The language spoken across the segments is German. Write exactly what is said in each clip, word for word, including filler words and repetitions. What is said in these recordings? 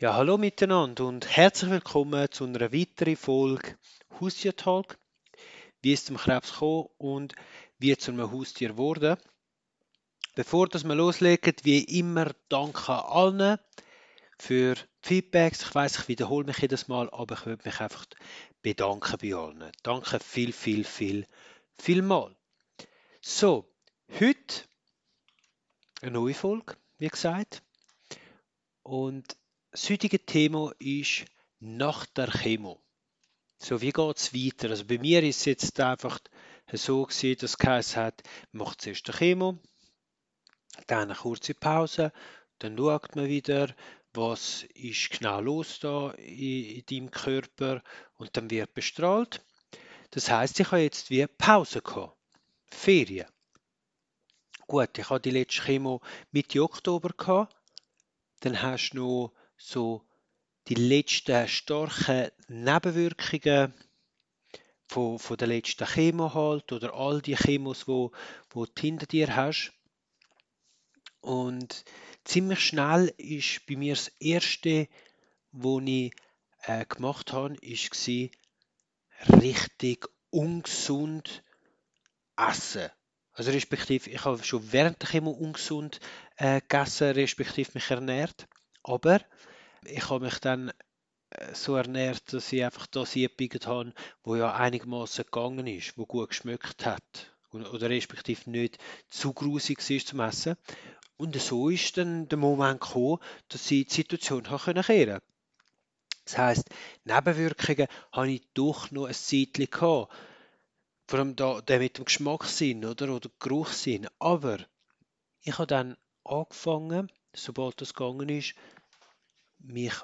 Ja, hallo miteinander und herzlich willkommen zu einer weiteren Folge Haustier Talk. Wie ist zum Krebs gekommen und wie zu einem Haustier wurde. Bevor das wir loslegen, wie immer danke allen für die Feedbacks. Ich weiß, ich wiederhole mich jedes Mal, aber ich würde mich einfach bedanken bei allen. Danke viel, viel, viel, viel mal. So, heute eine neue Folge, wie gesagt. Und das heutige Thema ist nach der Chemo. So, wie geht es weiter? Also bei mir ist es jetzt einfach so gewesen, dass es geheißen hat, man macht zuerst die Chemo, dann eine kurze Pause, dann schaut man wieder, was ist genau los da in, in deinem Körper und dann wird bestrahlt. Das heißt, ich habe jetzt wie Pause gehabt, Ferien. Gut, ich habe die letzte Chemo Mitte Oktober gehabt, dann hast du noch so die letzten starken Nebenwirkungen von, von der letzten Chemo halt oder all die Chemos, wo, wo du hinter dir hast. Und ziemlich schnell ist bei mir das erste, was ich äh, gemacht habe, ist gsi richtig ungesund essen. Also respektive, ich habe schon während der Chemo ungesund äh, gegessen, respektive mich ernährt. Aber ich habe mich dann äh, so ernährt, dass ich einfach das eingebiegt habe, wo ja einigermaßen gegangen ist, wo gut geschmeckt hat. Und- Oder respektive nicht zu grusig war zum Essen. Und so ist dann der Moment gekommen, dass ich die Situation habe können kehren. Das heisst, Nebenwirkungen habe ich doch noch ein Zeitchen gehabt. Vor allem da, der mit dem Geschmackssinn oder, oder Geruchssinn. Aber ich habe dann angefangen, sobald das gegangen ist, mich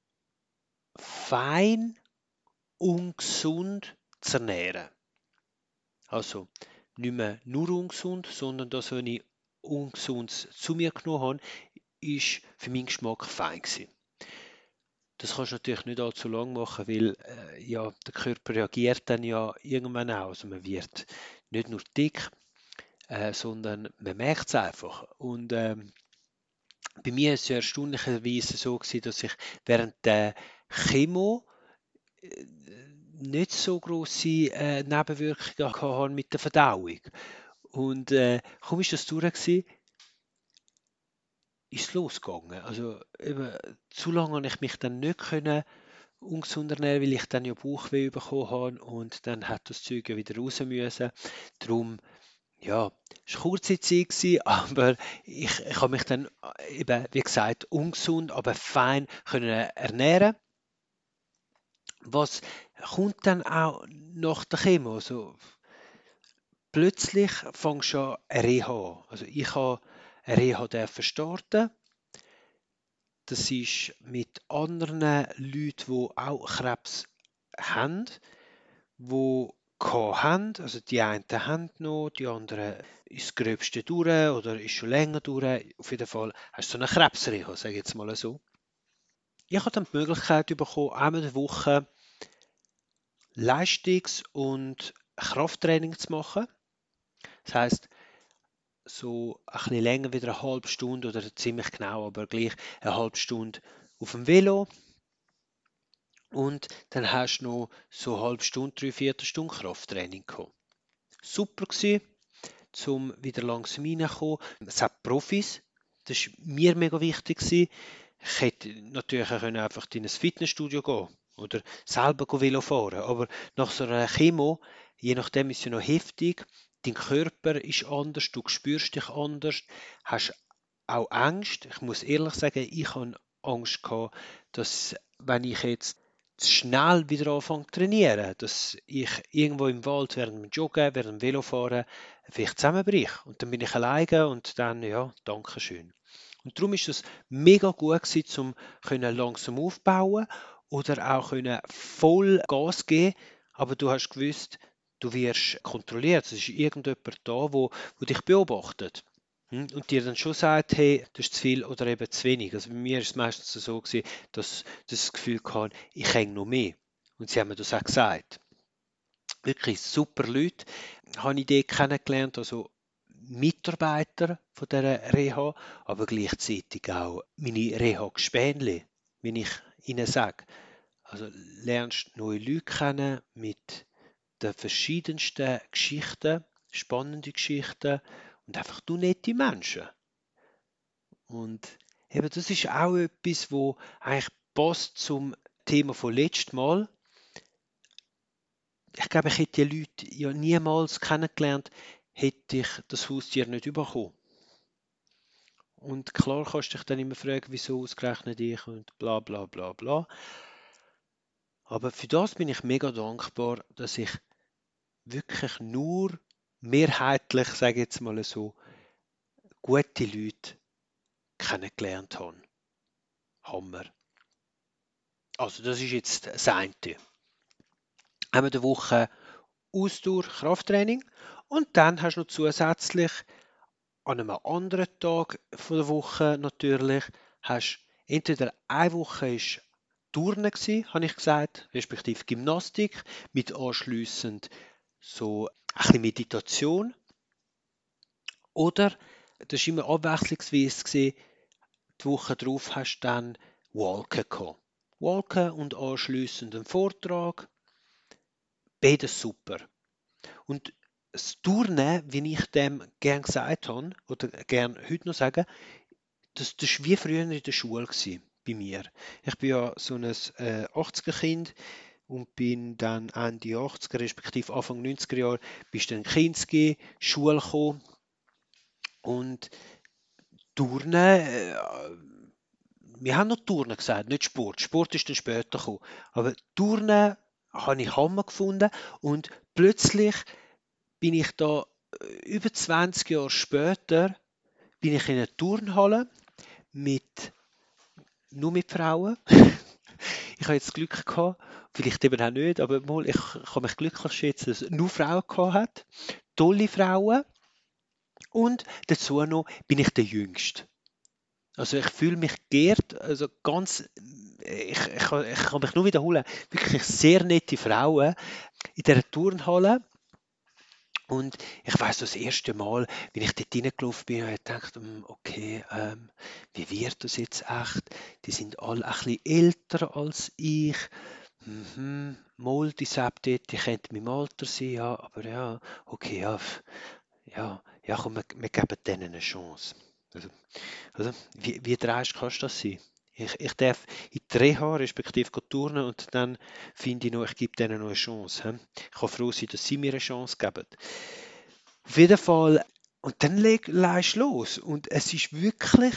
fein ungesund zu ernähren. Also nicht mehr nur ungesund, sondern das, was ich ungesund zu mir genommen habe, ist für meinen Geschmack fein gewesen. Das kannst du natürlich nicht allzu lang machen, weil äh, ja, der Körper reagiert dann ja irgendwann auch. Also man wird nicht nur dick, äh, sondern man merkt es einfach. Und ähm, bei mir ist es ja erstaunlicherweise so gewesen, dass ich während der Chemo äh, nicht so grosse äh, Nebenwirkungen hatte mit der Verdauung. Und äh, kaum ist das durch gewesen, ist es losgegangen. Also eben, zu lange habe ich mich dann nicht können ungesund ernähren, weil ich dann ja Bauchweh bekommen habe und dann hat das Zeug ja wieder raus müssen. Darum, ja, es war kurze Zeit gewesen, aber ich, ich habe mich dann äh, eben, wie gesagt, ungesund, aber fein können ernähren. Was kommt dann auch nach der Chemo? Also, plötzlich fängst du an eine Reha an. Also ich habe eine Reha dürfen starten. Das ist mit anderen Leuten, die auch Krebs haben, die gehabt haben. Also die einen haben noch, die anderen ist das Gröbste durch oder ist schon länger durch. Auf jeden Fall hast du so eine Krebsreha, sage ich jetzt mal so. Ich habe dann die Möglichkeit bekommen, einmal in der Woche Leistungs- und Krafttraining zu machen. Das heisst, so ein bisschen länger, wieder eine halbe Stunde oder ziemlich genau, aber gleich eine halbe Stunde auf dem Velo. Und dann hast du noch so eine halbe Stunde, dreiviertel Stunde Krafttraining gehabt. Super gewesen, um wieder langsam reinzukommen. Es hat Profis, das war mir mega wichtig gewesen. Ich hätte natürlich auch können einfach in ein Fitnessstudio gehen oder selber Velo fahren, aber nach so einer Chemo, je nachdem ist es ja noch heftig, dein Körper ist anders, du spürst dich anders, hast auch Angst. Ich muss ehrlich sagen, ich habe Angst gehabt, dass wenn ich jetzt zu schnell wieder anfange zu trainieren, dass ich irgendwo im Wald während dem Joggen, während dem Velofahren vielleicht zusammenbreche. Und dann bin ich alleine und dann, ja, danke schön. Und darum ist es mega gut gewesen, um können langsam aufbauen oder auch können voll Gas geben, aber du hast gewusst, du wirst kontrolliert. Es ist irgendjemand da, wo, wo dich beobachtet. Hm, und dir dann schon sagt, hey, das ist zu viel oder eben zu wenig. Also bei mir ist es meistens so gewesen, dass das Gefühl hatte, ich hänge noch mehr. Und sie haben mir das auch gesagt. Wirklich super Leute habe ich dort kennengelernt, also Mitarbeiter von dieser Reha, aber gleichzeitig auch meine Reha-Gespänli. wie ich ihnen sage. Also lernst neue Leute kennen mit den verschiedensten Geschichten, spannende Geschichten und einfach du nette Menschen. Und eben das ist auch etwas, wo eigentlich passt zum Thema von letztem Mal. Ich glaube, ich hätte die Leute ja niemals kennengelernt, hätte ich das Haustier nicht bekommen. Und klar kannst du dich dann immer fragen, wieso ausgerechnet ich und bla bla bla bla. Aber für das bin ich mega dankbar, dass ich wirklich nur mehrheitlich, sage ich jetzt mal so, gute Leute kennengelernt habe. Hammer. Also das ist jetzt das eine. Haben wir die Woche Ausdauer, Krafttraining und dann hast du noch zusätzlich an einem anderen Tag von der Woche natürlich, hast entweder eine Woche ist Turnen gsi, habe ich gesagt, respektive Gymnastik, mit anschliessend so ein bisschen Meditation. Oder, das war immer abwechslungsweise, gewesen, die Woche darauf hast du dann Walken gehabt. Walken und anschliessend einen Vortrag. Beides super. Und das Turnen, wie ich dem gerne gesagt habe, oder gerne heute noch sagen, das, das war wie früher in der Schule gewesen, bei mir. Ich bin ja so ein äh, achtziger-Kind und bin dann Ende achtziger, respektive Anfang neunziger Jahre, bist dann Kinski, Schule gekommen und Turnen, äh, wir haben noch Turnen gesagt, nicht Sport. Sport ist dann später gekommen. Aber Turnen habe ich Hammer gefunden und plötzlich bin ich da äh, über zwanzig Jahre später bin ich in einer Turnhalle mit nur mit Frauen. Ich habe jetzt das Glück gehabt, vielleicht eben auch nicht, aber mal, ich kann mich glücklich schätzen, dass es nur Frauen gehabt hat. Tolle Frauen. Und dazu noch bin ich der Jüngste. Also ich fühle mich geehrt, also ganz, ich, ich, kann- ich kann mich nur wiederholen, wirklich sehr nette Frauen in dieser Turnhalle. Und ich weiß das erste Mal, wenn ich dort reingelaufen bin, habe ich gedacht, hm, okay, ähm, wie wird das jetzt echt? Die sind alle ein bisschen älter als ich. Mhm, mal, die Sepp dort, die könnten meinem Alter sein, ja, aber ja, okay, ja, pf, ja, ja, komm, wir, wir geben denen eine Chance. Also, also, wie, wie dreist kannst du das sein? Ich, ich darf in die Reha, respektive gehen turnen und dann finde ich noch, ich gebe denen noch eine Chance. He? Ich kann froh sein, dass sie mir eine Chance geben. Auf jeden Fall, und dann leg, legst du los. Und es ist wirklich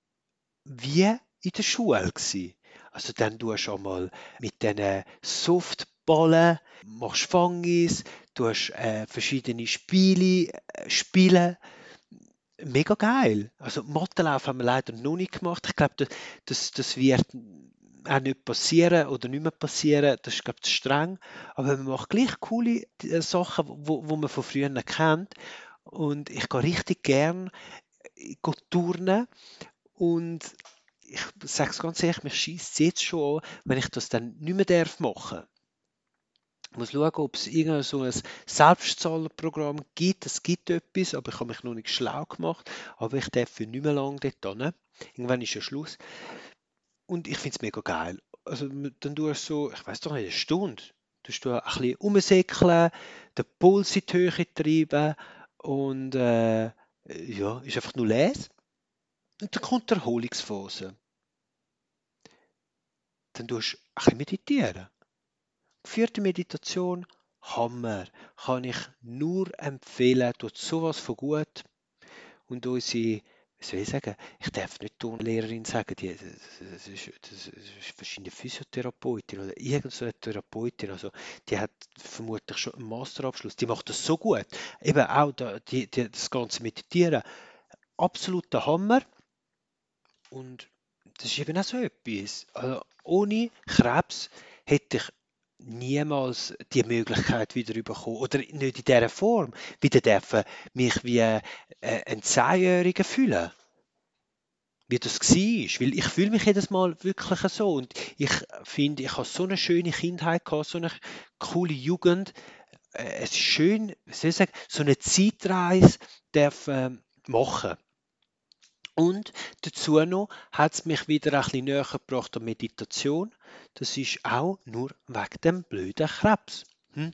wie in der Schule gewesen. Also dann tust du einmal mit diesen Softballen, machst Fangis, tust äh, verschiedene Spiele äh, spielen. Mega geil. Also Mattenlauf haben wir leider noch nicht gemacht. Ich glaube, das, das, das wird auch nicht passieren oder nicht mehr passieren. Das ist, glaube ich, zu streng. Aber man macht gleich coole äh, Sachen, wo, wo man von früher kennt. Und ich gehe richtig gern äh, gehe turnen. Und ich sage es ganz ehrlich, mich schießt es jetzt schon an, wenn ich das dann nicht mehr darf machen. Ich muss schauen, ob es irgendein so ein Selbstzahlerprogramm gibt. Es gibt etwas, aber ich habe mich noch nicht schlau gemacht. Aber ich darf für nicht mehr lange dort hin. Irgendwann ist ja Schluss. Und ich finde es mega geil. Also dann tust du so, ich weiß doch nicht, eine Stunde. Du tust ein bisschen rumsäckeln, den Puls in die Höhe treiben und äh, ja, ist einfach nur les. Und dann kommt die Erholungsphase. Dann tust du ein bisschen meditieren. Geführte Meditation, Hammer. Kann ich nur empfehlen. Tut sowas von gut. Und unsere, wie soll ich sagen, ich darf nicht Turnlehrerin sagen, die, das, das, ist, das ist wahrscheinlich Physiotherapeutin oder irgendeine so Therapeutin. Also die hat vermutlich schon einen Masterabschluss. Die macht das so gut. Eben auch da, die, die, das ganze Meditieren. Absoluter Hammer. Und das ist eben auch so etwas. Also ohne Krebs hätte ich niemals die Möglichkeit wieder bekommen. Oder nicht in dieser Form. Wieder dürfen mich wie äh, ein Zehnjähriger fühlen. Wie das war. Weil ich fühle mich jedes Mal wirklich so. Und ich finde, ich habe so eine schöne Kindheit gehabt, so eine coole Jugend. Äh, es ist schön, wie soll ich sagen, so eine Zeitreise darf, ähm, machen. Und dazu noch hat es mich wieder ein bisschen näher gebracht an Meditation. Das ist auch nur wegen dem blöden Krebs. Hm?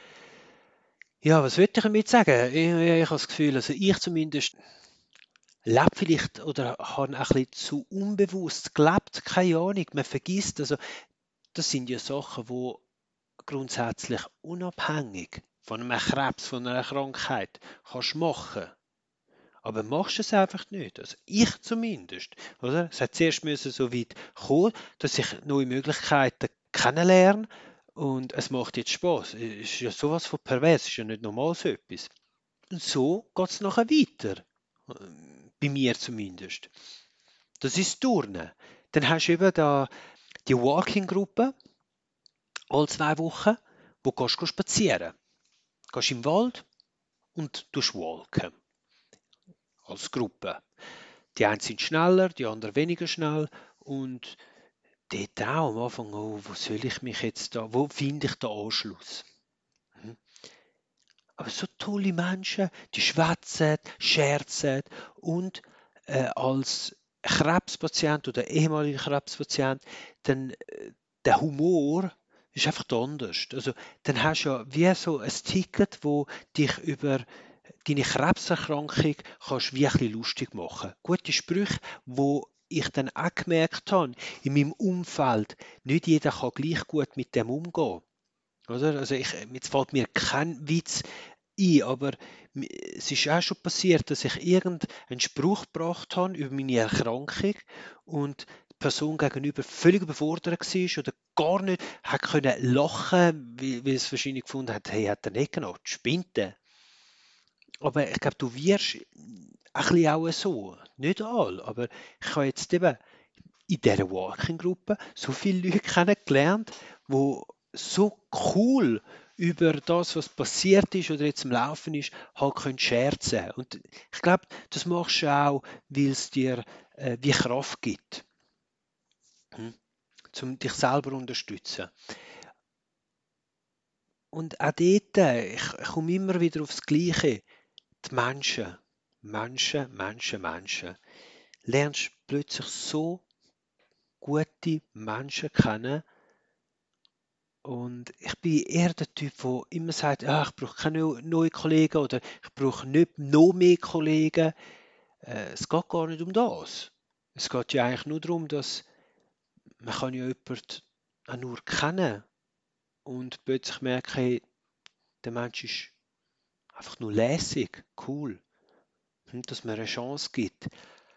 Ja, was würde ich damit sagen? Ich, ich habe das Gefühl, also ich zumindest lebe vielleicht oder habe ein bisschen zu unbewusst gelebt, keine Ahnung. Man vergisst, also das sind ja Sachen, die grundsätzlich unabhängig von einem Krebs, von einer Krankheit, kannst machen. Aber machst es einfach nicht. Also ich zumindest. Oder? Es hat zuerst müssen so weit kommen, dass ich neue Möglichkeiten kennenlerne und es macht jetzt Spaß. Es ist ja sowas von pervers, es ist ja nicht normal so etwas. Und so geht es nachher weiter. Ähm, Bei mir zumindest. Das ist Turnen. Dann hast du eben da die Walking-Gruppe, alle zwei Wochen, wo du gehst spazieren. Du gehst im Wald und du walken. Als Gruppe. Die einen sind schneller, die anderen weniger schnell. Und dort auch am Anfang, oh, wo soll ich mich jetzt da, wo finde ich den Anschluss? Mhm. Aber so tolle Menschen, die schwätzen, scherzen und äh, als Krebspatient oder ehemaliger Krebspatient, dann äh, der Humor ist einfach anders. Also dann hast du ja wie so ein Ticket, wo dich über deine Krebserkrankung kannst du wie ein bisschen lustig machen. Gute Sprüche, wo ich dann auch gemerkt habe, in meinem Umfeld, nicht jeder kann gleich gut mit dem umgehen. Oder? Also ich, jetzt fällt mir kein Witz ein, aber es ist auch schon passiert, dass ich irgendeinen Spruch gebracht habe über meine Erkrankung und die Person gegenüber völlig überfordert war oder gar nicht hat können lachen, weil, weil es wahrscheinlich gefunden hat, hey, hat er nicht genau, spinnt der? Aber ich glaube, du wirst ein bisschen auch so, nicht alle, aber ich habe jetzt eben in dieser Walking-Gruppe so viele Leute kennengelernt, die so cool über das, was passiert ist oder jetzt am Laufen ist, halt können scherzen. Und ich glaube, das machst du auch, weil es dir äh, wie Kraft gibt, hm? Um dich selber zu unterstützen. Und auch dort, äh, ich, ich komme immer wieder aufs Gleiche. Die Menschen, Menschen, Menschen, Menschen. Lernst plötzlich so gute Menschen kennen. Und ich bin eher der Typ, der immer sagt, ah, ich brauche keine neu- neuen Kollegen oder ich brauche nicht noch mehr Kollegen. Äh, es geht gar nicht um das. Es geht ja eigentlich nur darum, dass man kann ja jemanden auch nur kennen und plötzlich merken, hey, der Mensch ist einfach nur lässig, cool, und dass man eine Chance gibt.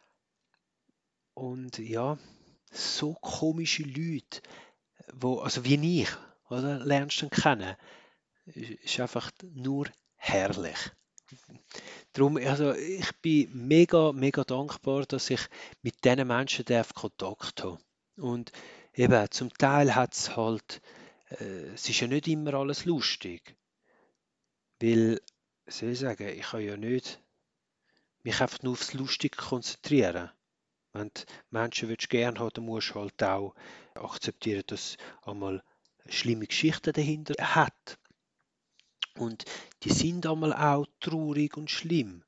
Und ja, so komische Leute, wo, also wie ich, oder, lernst du dann kennen, ist einfach nur herrlich. Darum, also ich bin mega, mega dankbar, dass ich mit diesen Menschen darf Kontakt habe. Und eben, zum Teil hat es halt, äh, es ist ja nicht immer alles lustig, weil, was soll ich sagen, ich kann ja nicht mich einfach nur aufs Lustige konzentrieren. Wenn du Menschen willst gerne haben, dann musst du halt auch akzeptieren, dass einmal schlimme Geschichten dahinter hat. Und die sind einmal auch traurig und schlimm.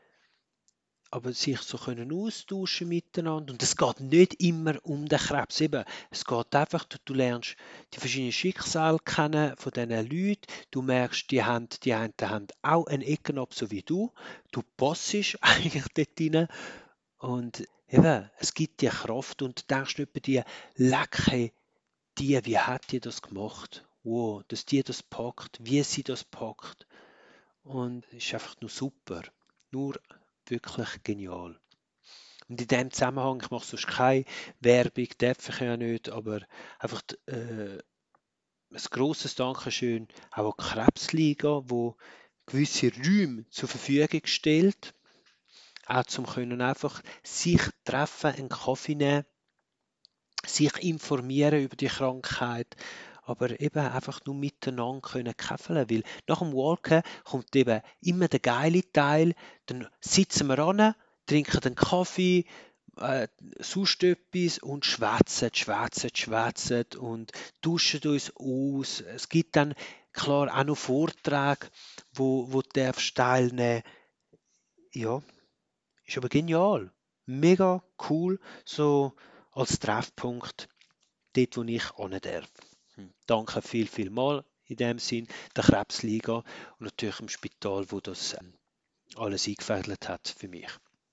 Aber sich so können austauschen miteinander. Und es geht nicht immer um den Krebs. Eben, es geht einfach, du, du lernst die verschiedenen Schicksale kennen von diesen Leuten. Du merkst, die, haben, die einen haben auch einen Eckenab, so wie du. Du passest eigentlich dort rein. Und eben, es gibt dir Kraft und du denkst nicht bei dir, leck, hey, die, wie hat die das gemacht? Wow, dass die das packt, wie sie das packt. Und es ist einfach nur super. Nur wirklich genial. Und in dem Zusammenhang, ich mache sonst keine Werbung, darf ich ja nicht, aber einfach äh, ein grosses Dankeschön auch an die Krebsliga, wo gewisse Räume zur Verfügung stellt, auch zum können einfach sich treffen, einen Kaffee nehmen, sich informieren über die Krankheit, aber eben einfach nur miteinander können kämpfen, weil nach dem Walken kommt eben immer der geile Teil, dann sitzen wir an, trinken einen Kaffee, äh, sonst etwas und schwätzen, schwätzen, schwätzen und tauschen uns aus. Es gibt dann klar auch noch Vorträge, wo, wo du darfst teilnehmen. Ja, ist aber genial. mega cool, so als Treffpunkt, dort wo ich hin darf. Hm. Danke viel, viel mal in dem Sinn, der Krebsliga und natürlich im Spital, wo das ähm, alles eingefädelt hat für mich.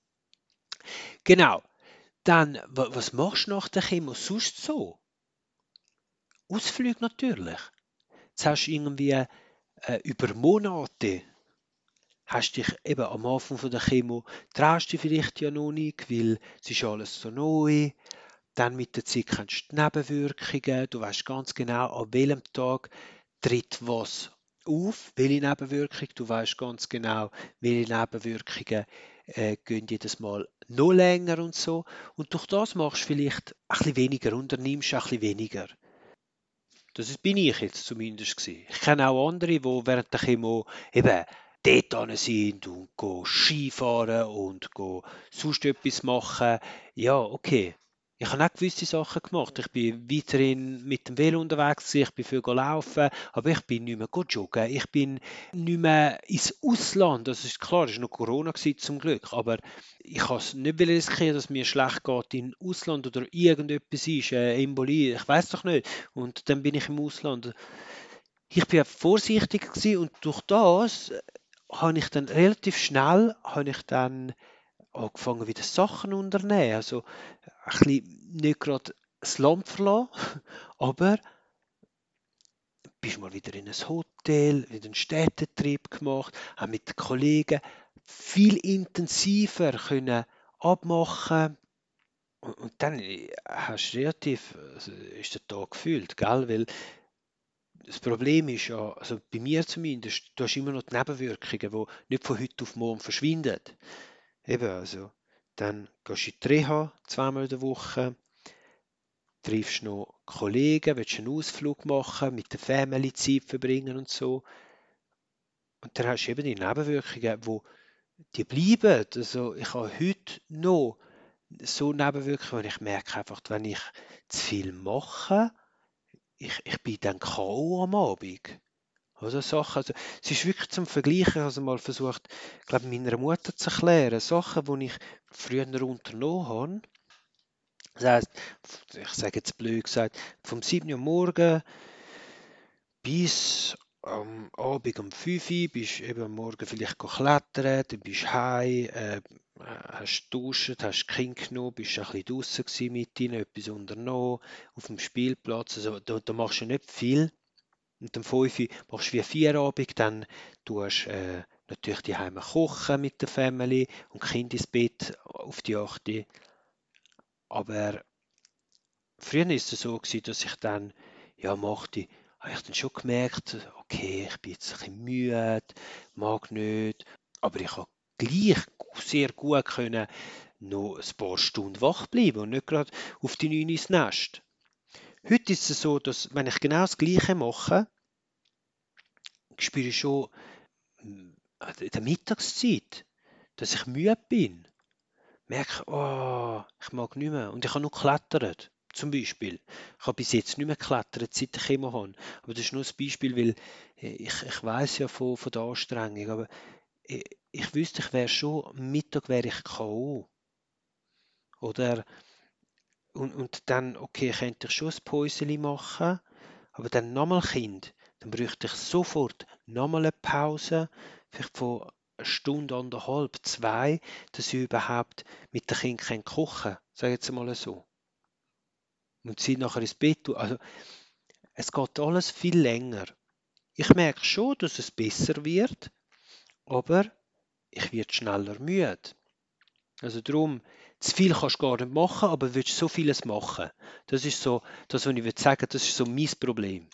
Genau. Dann, wa- was machst du nach der Chemo sonst so? Ausflüge natürlich. Jetzt hast du irgendwie äh, über Monate, hast dich eben am Anfang von der Chemo, traust dich vielleicht ja noch nicht, weil es ist alles so neu. Dann mit der Zeit kennst du die Nebenwirkungen. Du weißt ganz genau, an welchem Tag tritt was auf, welche Nebenwirkung. Du weißt ganz genau, welche Nebenwirkungen äh, gehen jedes Mal noch länger und so. Und durch das machst du vielleicht ein bisschen weniger, unternimmst ein bisschen weniger. Das ist- bin ich jetzt zumindest gewesen. Ich kenne auch andere, die während der Chemo eben dort hin sind und go Skifahren und go sonst etwas machen. Ja, okay. Ich habe auch gewisse Sachen gemacht. Ich bin weiterhin mit dem Velo unterwegs, gewesen, ich bin viel go laufen, aber ich bin nicht mehr go joggen. Ich bin nicht mehr ins Ausland. Das ist klar, es war noch Corona gewesen, zum Glück, aber ich kann es nicht riskieren, dass mir schlecht geht im Ausland oder irgendetwas ist, äh, Embolie, ich weiß doch nicht. Und dann bin ich im Ausland. Ich bin ja vorsichtig gewesen und durch das äh, habe ich dann relativ schnell habe ich dann angefangen, wieder Sachen zu unternehmen. Also ein bisschen nicht gerade das Land verlassen, aber bist mal wieder in ein Hotel, wieder einen Städtetrip gemacht, haben mit den Kollegen viel intensiver können abmachen. Und, und dann äh, hast du relativ, also ist der Tag gefüllt, gell? Weil das Problem ist ja, also bei mir zumindest, du hast immer noch die Nebenwirkungen, die nicht von heute auf morgen verschwinden. Eben, also, dann gehst du in die Reha zweimal in der Woche, triffst noch Kollegen, willst einen Ausflug machen, mit der Family Zeit verbringen und so. Und dann hast du eben die Nebenwirkungen, wo die bleiben. Also ich habe heute noch so Nebenwirkungen, wo ich merke einfach, wenn ich zu viel mache, ich, ich bin dann K O am Abend. Oder Sachen, also es ist wirklich zum Vergleichen, ich habe es mal versucht, glaube meiner Mutter zu erklären, Sachen, die ich früher unternommen habe. Das heisst, ich sage jetzt blöd gesagt, vom sieben Uhr morgen bis am Abend um fünf Uhr bist du eben am Morgen vielleicht go klettern, dann bist du heim, äh, hast geduscht, hast die Kinder genommen, bist ein bisschen draussen gewesen mit ihnen, etwas unternommen, auf dem Spielplatz. Also, da, da machst du nicht viel. Und um fünf Uhr machst du wie Feierabend, dann tust du äh, natürlich die Heime kochen mit der Family und die Kinder ins Bett auf die acht Uhr. Aber früher war es so gewesen, dass ich dann, ja, am acht Uhr habe ich dann schon gemerkt, okay, ich bin jetzt ein bisschen müde, mag nicht, aber ich habe gleich sehr gut können noch ein paar Stunden wach bleiben und nicht gerade auf die neun Uhr ins Nest. Heute ist es so, dass wenn ich genau das Gleiche mache, spüre ich schon mm, in der Mittagszeit, dass ich müde bin. Merke, oh, ich mag nicht mehr. Und ich habe nur geklettert, zum Beispiel. Ich habe bis jetzt nicht mehr geklettert, seit ich immer habe. Aber das ist nur ein Beispiel, weil äh, ich, ich weiß ja von, von der Anstrengung. Aber ich, ich wüsste, ich wäre schon, am Mittag wäre ich K O. Oder, und, und dann, okay, könnte ich schon ein Päuschen machen, aber dann nochmal Kind, dann bräuchte ich sofort nochmal eine Pause, vielleicht von einer Stunde, anderthalb, zwei, dass ich überhaupt mit den Kindern kochen kann, sage ich jetzt mal so. Und sie nachher ins Bett tun. Also, es geht alles viel länger. Ich merke schon, dass es besser wird, aber ich werde schneller müde. Also darum, zu viel kannst du gar nicht machen, aber du willst so vieles machen. Das ist so, das, was ich würde sagen, das ist so mein Problem.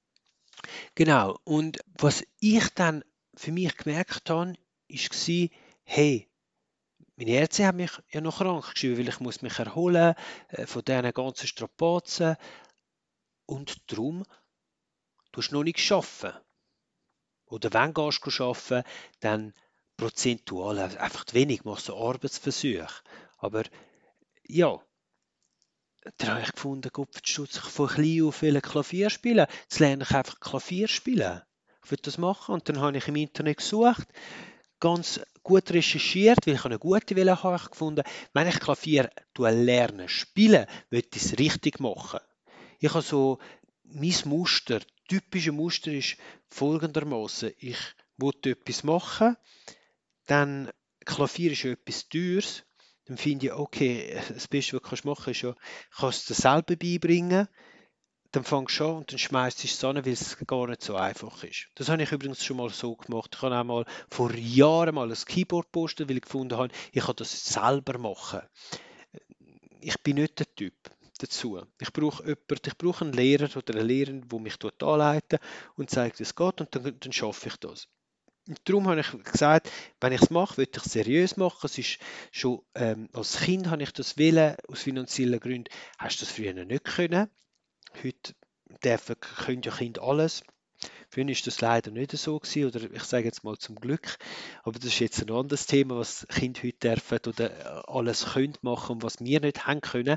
Genau, und was ich dann für mich gemerkt habe, war, hey, meine Ärzte haben mich ja noch krank geschrieben, weil ich muss mich erholen äh, von diesen ganzen Strapazen und darum tust du noch nicht arbeiten. Oder wenn du gehst arbeiten, dann prozentual einfach wenig, machst du Arbeitsversuche. Aber ja, dann habe ich gefunden, Gott, ich von klein auf will Klavier spielen. Jetzt lerne ich einfach Klavier spielen. Ich will das machen. Und dann habe ich im Internet gesucht, ganz gut recherchiert, weil ich eine gute Welle habe ich gefunden. Wenn ich Klavier lerne spielen, will ich es richtig machen. Ich habe so, mein Muster, typische Muster ist folgendermaßen: Ich will etwas machen, dann Klavier ist ja etwas Teures, dann finde ich, okay, das Beste, was du machen kannst, ist ja, kannst du es dir selber beibringen, dann fängst du an und dann schmeißt du es an, weil es gar nicht so einfach ist. Das habe ich übrigens schon mal so gemacht. Ich habe auch mal vor Jahren mal ein Keyboard gepostet, weil ich gefunden habe, ich kann das selber machen. Ich bin nicht der Typ dazu. Ich brauche jemanden, ich brauche einen Lehrer oder eine Lehrerin, die mich dort anleitet und zeigt, wie es geht, und dann, dann schaffe ich das. Und darum habe ich gesagt, wenn ich es mache, will ich es seriös machen. Es ist schon, ähm, als Kind habe ich das wählen, aus finanziellen Gründen hast du das früher nicht können. Heute dürfen, können ja Kinder alles. Früher war das leider nicht so gewesen, oder ich sage jetzt mal zum Glück. Aber das ist jetzt ein anderes Thema, was Kinder heute dürfen oder alles können machen und was wir nicht haben können.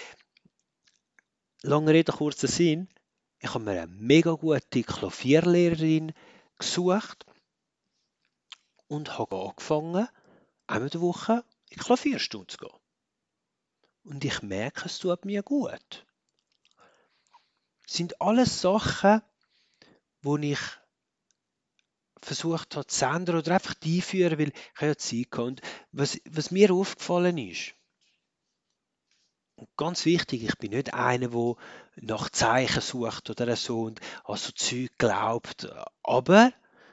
Lange Rede, kurzer Sinn. Ich habe mir eine mega gute Klavierlehrerin gesucht und habe angefangen, einmal in der Woche in die Klavierstunde zu gehen. Und ich merke, es tut mir gut. Das sind alles Sachen, die ich versucht habe zu ändern oder einfach einführen, weil ich habe ja Zeit gehabt. Und was, was mir aufgefallen ist, und ganz wichtig, ich bin nicht einer, der nach Zeichen sucht oder so und an so Zeug glaubt, aber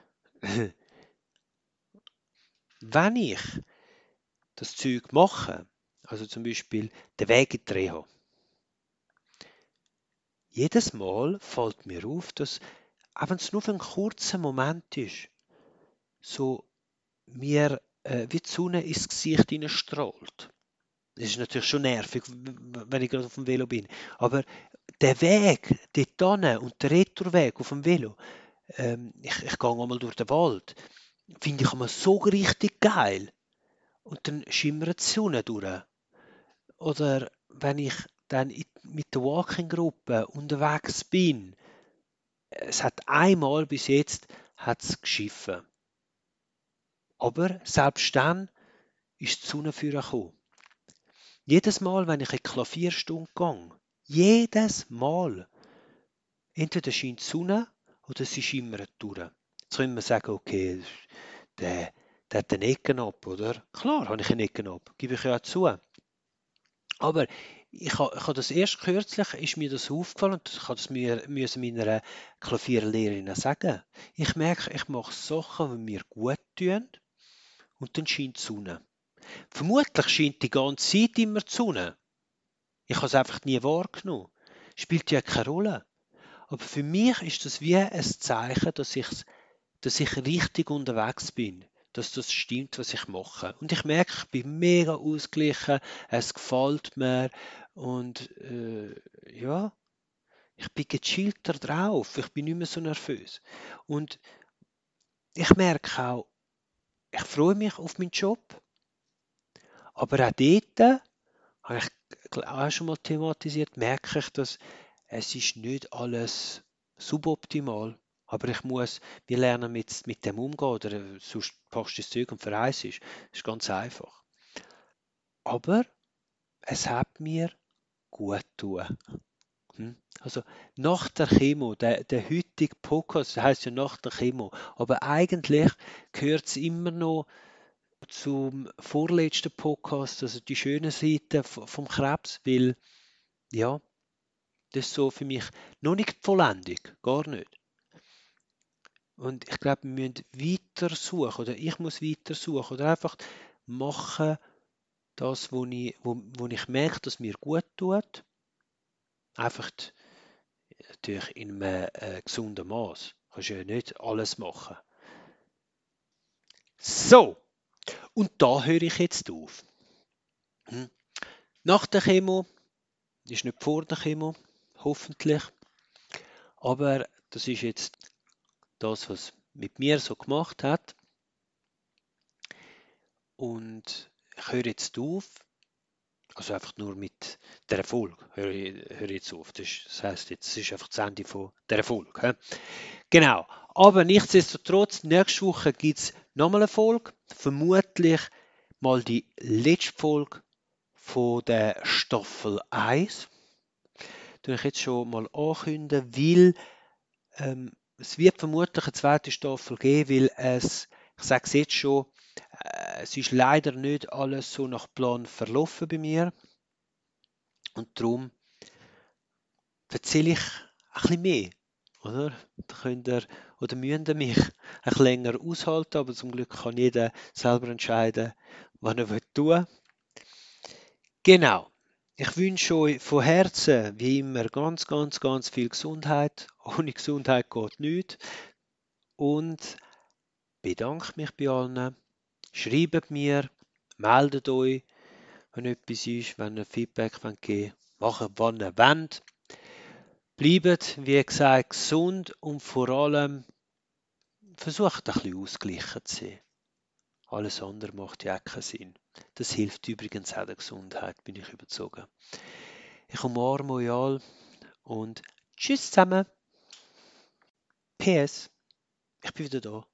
wenn ich das Zeug mache, also zum Beispiel den Weg in die Reha, jedes Mal fällt mir auf, dass, auch wenn es nur für einen kurzen Moment ist, so mir äh, wie die Sonne ins Gesicht strahlt. Das ist natürlich schon nervig, wenn ich gerade auf dem Velo bin. Aber der Weg dort hin und der Retourweg auf dem Velo, ähm, ich, ich gehe einmal durch den Wald, finde ich einmal so richtig geil. Und dann schimmert die Sonne durch. Oder wenn ich dann in, mit der Walking-Gruppe unterwegs bin, es hat einmal bis jetzt hat's geschiffen. Aber selbst dann ist die Sonne vorgekommen. Jedes Mal, wenn ich in die Klavierstunde gehe, jedes Mal, entweder scheint die Sonne oder sie schimmert durch. Jetzt können wir sagen, okay, der, der hat einen Ecken ab, oder? Klar habe ich einen Ecken ab, gebe ich ja auch zu. Aber ich habe, ich habe das erst kürzlich, ist mir das aufgefallen und ich habe das mir, müssen meiner Klavierlehrerin sagen. Ich merke, ich mache Sachen, die mir gut tun und dann scheint die Sonne. Vermutlich scheint die ganze Zeit immer die Sonne. Ich habe es einfach nie wahrgenommen. Spielt ja keine Rolle. Aber für mich ist das wie ein Zeichen, dass ich, dass ich richtig unterwegs bin. Dass das stimmt, was ich mache. Und ich merke, ich bin mega ausgeglichen, es gefällt mir und äh, ja, ich bin gechillter drauf, ich bin nicht mehr so nervös. Und ich merke auch, ich freue mich auf meinen Job, aber auch dort, habe ich auch schon mal thematisiert, merke ich, dass es ist nicht alles suboptimal. Aber ich muss, wir lernen mit, mit dem umgehen, oder äh, sonst packst du das Zeug und verreist. Das ist ganz einfach. Aber es hat mir gut getan. Hm? Also nach der Chemo, der, der heutige Podcast, das heisst ja nach der Chemo, aber eigentlich gehört es immer noch zum vorletzten Podcast, also die schöne Seite v- vom Krebs, weil ja, das ist so für mich noch nicht die Vollendung, gar nicht. Und ich glaube, wir müssen weiter suchen, oder ich muss weiter suchen, oder einfach machen, das, wo ich, wo, wo ich merke, dass mir gut tut. Einfach t- natürlich in einem äh, gesunden Maß. Du kannst ja nicht alles machen. So, und da höre ich jetzt auf. Hm. Nach der Chemo, ist nicht vor der Chemo, hoffentlich. Aber das ist jetzt das, was mit mir so gemacht hat. Und ich höre jetzt auf, also einfach nur mit der Erfolg, höre ich, höre ich jetzt auf. Das, ist, das heisst, jetzt es ist einfach das Ende von der Erfolg. He? Genau. Aber nichtsdestotrotz, nächste Woche gibt es nochmal eine Folge, vermutlich mal die letzte Folge von der Staffel eins. Das ich jetzt schon mal ankündigen, weil ähm, es wird vermutlich eine zweite Staffel geben, weil es, ich sage es jetzt schon, äh, es ist leider nicht alles so nach Plan verlaufen bei mir. Und darum erzähle ich ein bisschen mehr, oder? Da könnt ihr, oder müsst ihr mich ein bisschen länger aushalten, aber zum Glück kann jeder selber entscheiden, was er tun will. Genau. Ich wünsche euch von Herzen, wie immer, ganz, ganz, ganz viel Gesundheit. Ohne Gesundheit geht nichts. Und bedanke mich bei allen. Schreibt mir, meldet euch, wenn etwas ist, wenn ihr Feedback geben wollt. Macht, wann ihr wollt. Bleibt, wie gesagt, gesund und vor allem versucht ein bisschen ausgeglichen zu sein. Alles andere macht ja auch keinen Sinn. Das hilft übrigens auch der Gesundheit, bin ich überzeugt. Ich umarme euch alle und tschüss zusammen. P S. Ich bin wieder da.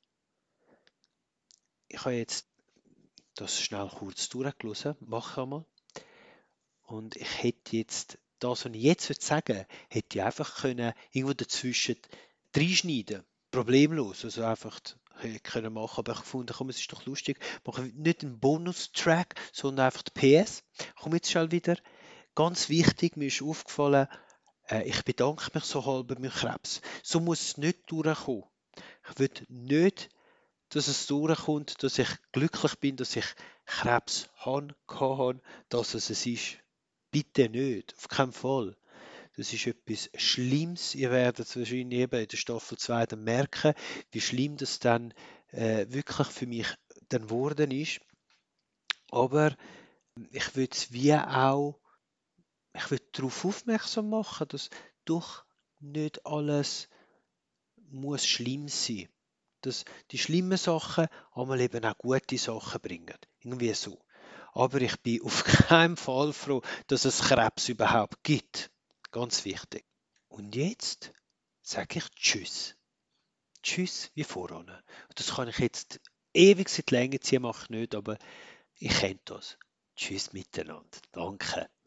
Ich habe jetzt das schnell kurz durchgelesen. Mach einmal. Und ich hätte jetzt, das, was ich jetzt sagen würde, hätte ich einfach können, irgendwo dazwischen reinschneiden. Problemlos. Also einfach hätte können machen. Aber ich fand, komm, es ist doch lustig. Mache nicht einen Bonustrack, sondern einfach die P S. Ich komme jetzt schon wieder. Ganz wichtig, mir ist aufgefallen, äh, ich bedanke mich so halb bei meinem Krebs. So muss es nicht durchkommen. Ich will nicht, dass es durchkommt, dass ich glücklich bin, dass ich Krebs habe, habe, dass es es ist. Bitte nicht, auf keinen Fall. Das ist etwas Schlimmes. Ihr werdet es wahrscheinlich eben in der Staffel zwei dann merken, wie schlimm das dann äh, wirklich für mich dann geworden ist. Aber ich würde es wie auch, ich würde darauf aufmerksam machen, dass doch nicht alles muss schlimm sein. Dass die schlimmen Sachen einmal eben auch gute Sachen bringen. Irgendwie so. Aber ich bin auf keinen Fall froh, dass es Krebs überhaupt gibt. Ganz wichtig. Und jetzt sage ich Tschüss. Tschüss wie voran. Das kann ich jetzt ewig in die Länge ziehen, mache ich nicht, aber ich kenne das. Tschüss miteinander. Danke.